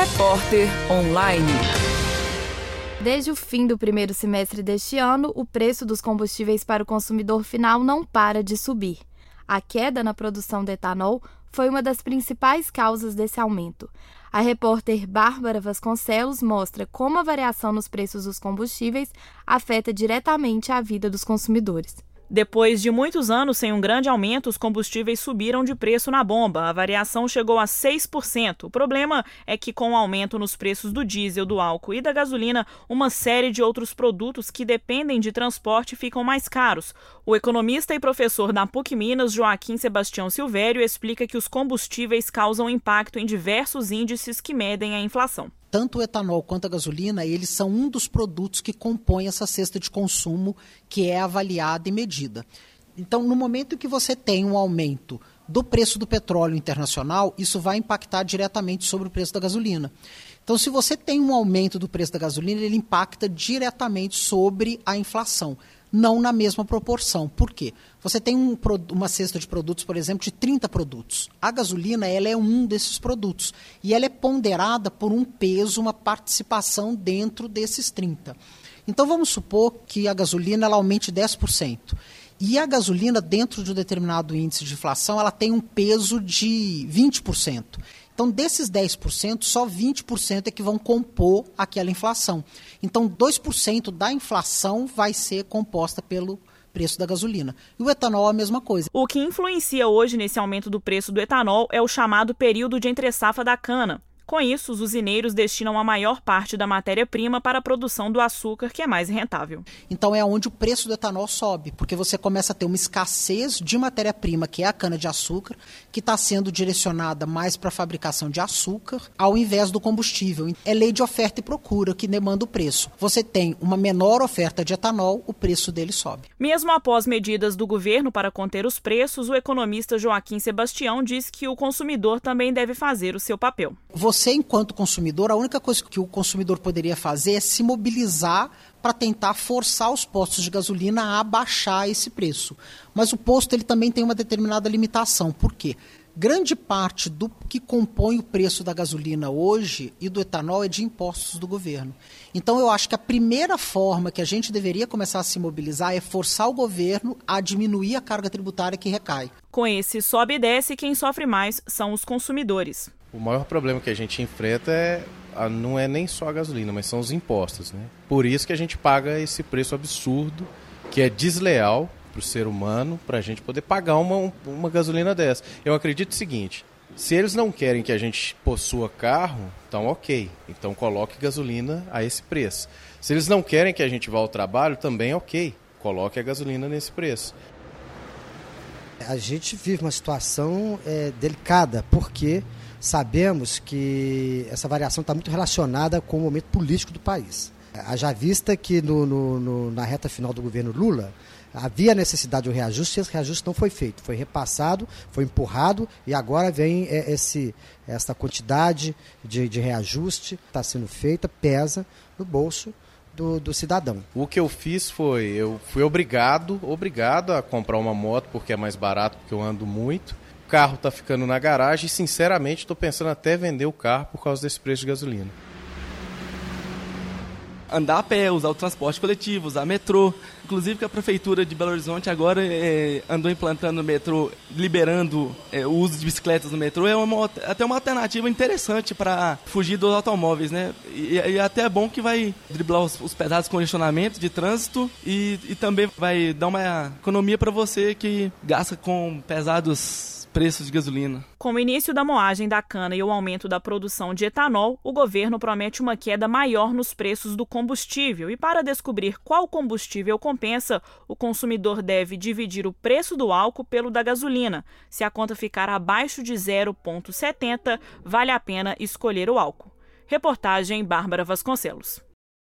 Repórter Online. Desde o fim do primeiro semestre deste ano, o preço dos combustíveis para o consumidor final não para de subir. A queda na produção de etanol foi uma das principais causas desse aumento. A repórter Bárbara Vasconcelos mostra como a variação nos preços dos combustíveis afeta diretamente a vida dos consumidores. Depois de muitos anos sem um grande aumento, os combustíveis subiram de preço na bomba. A variação chegou a 6%. O problema é que, com o aumento nos preços do diesel, do álcool e da gasolina, uma série de outros produtos que dependem de transporte ficam mais caros. O economista e professor da PUC Minas, Joaquim Sebastião Silvério, explica que os combustíveis causam impacto em diversos índices que medem a inflação. Tanto o etanol quanto a gasolina, eles são um dos produtos que compõem essa cesta de consumo que é avaliada e medida. Então, no momento em que você tem um aumento do preço do petróleo internacional, isso vai impactar diretamente sobre o preço da gasolina. Então, se você tem um aumento do preço da gasolina, ele impacta diretamente sobre a inflação. Não na mesma proporção. Por quê? Você tem uma cesta de produtos, por exemplo, de 30 produtos. A gasolina ela é um desses produtos. E ela é ponderada por um peso, uma participação dentro desses 30. Então, vamos supor que a gasolina ela aumente 10%. E a gasolina, dentro de um determinado índice de inflação, ela tem um peso de 20%. Então, desses 10%, só 20% é que vão compor aquela inflação. Então, 2% da inflação vai ser composta pelo preço da gasolina. E o etanol é a mesma coisa. O que influencia hoje nesse aumento do preço do etanol é o chamado período de entre-safra da cana. Com isso, os usineiros destinam a maior parte da matéria-prima para a produção do açúcar, que é mais rentável. Então é onde o preço do etanol sobe, porque você começa a ter uma escassez de matéria-prima, que é a cana-de-açúcar, que está sendo direcionada mais para a fabricação de açúcar, ao invés do combustível. É lei de oferta e procura que demanda o preço. Você tem uma menor oferta de etanol, o preço dele sobe. Mesmo após medidas do governo para conter os preços, o economista Joaquim Sebastião diz que o consumidor também deve fazer o seu papel. Você, enquanto consumidor, a única coisa que o consumidor poderia fazer é se mobilizar para tentar forçar os postos de gasolina a abaixar esse preço. Mas o posto ele também tem uma determinada limitação. Por quê? Grande parte do que compõe o preço da gasolina hoje e do etanol é de impostos do governo. Então eu acho que a primeira forma que a gente deveria começar a se mobilizar é forçar o governo a diminuir a carga tributária que recai. Com esse sobe e desce, quem sofre mais são os consumidores. O maior problema que a gente enfrenta não é nem só a gasolina, mas são os impostos, né? Por isso que a gente paga esse preço absurdo, que é desleal para o ser humano, para a gente poder pagar uma gasolina dessa. Eu acredito o seguinte, se eles não querem que a gente possua carro, então ok, então coloque gasolina a esse preço. Se eles não querem que a gente vá ao trabalho, também ok, coloque a gasolina nesse preço. A gente vive uma situação delicada, porque sabemos que essa variação está muito relacionada com o momento político do país. Haja vista que na reta final do governo Lula havia necessidade de um reajuste e esse reajuste não foi feito. Foi repassado, foi empurrado e agora vem essa quantidade de reajuste que está sendo feita, pesa no bolso do cidadão. O que eu fiz eu fui obrigado a comprar uma moto porque é mais barato, porque eu ando muito. O carro está ficando na garagem e, sinceramente, estou pensando até vender o carro por causa desse preço de gasolina. Andar a pé, usar o transporte coletivo, usar metrô. Inclusive que a Prefeitura de Belo Horizonte agora andou implantando o metrô, liberando o uso de bicicletas no metrô. É até uma alternativa interessante para fugir dos automóveis, né? E até é bom que vai driblar os pesados congestionamentos de trânsito e também vai dar uma economia para você que gasta com pesados preços de gasolina. Com o início da moagem da cana e o aumento da produção de etanol, o governo promete uma queda maior nos preços do combustível. E para descobrir qual combustível compensa, o consumidor deve dividir o preço do álcool pelo da gasolina. Se a conta ficar abaixo de 0,70, vale a pena escolher o álcool. Reportagem Bárbara Vasconcelos.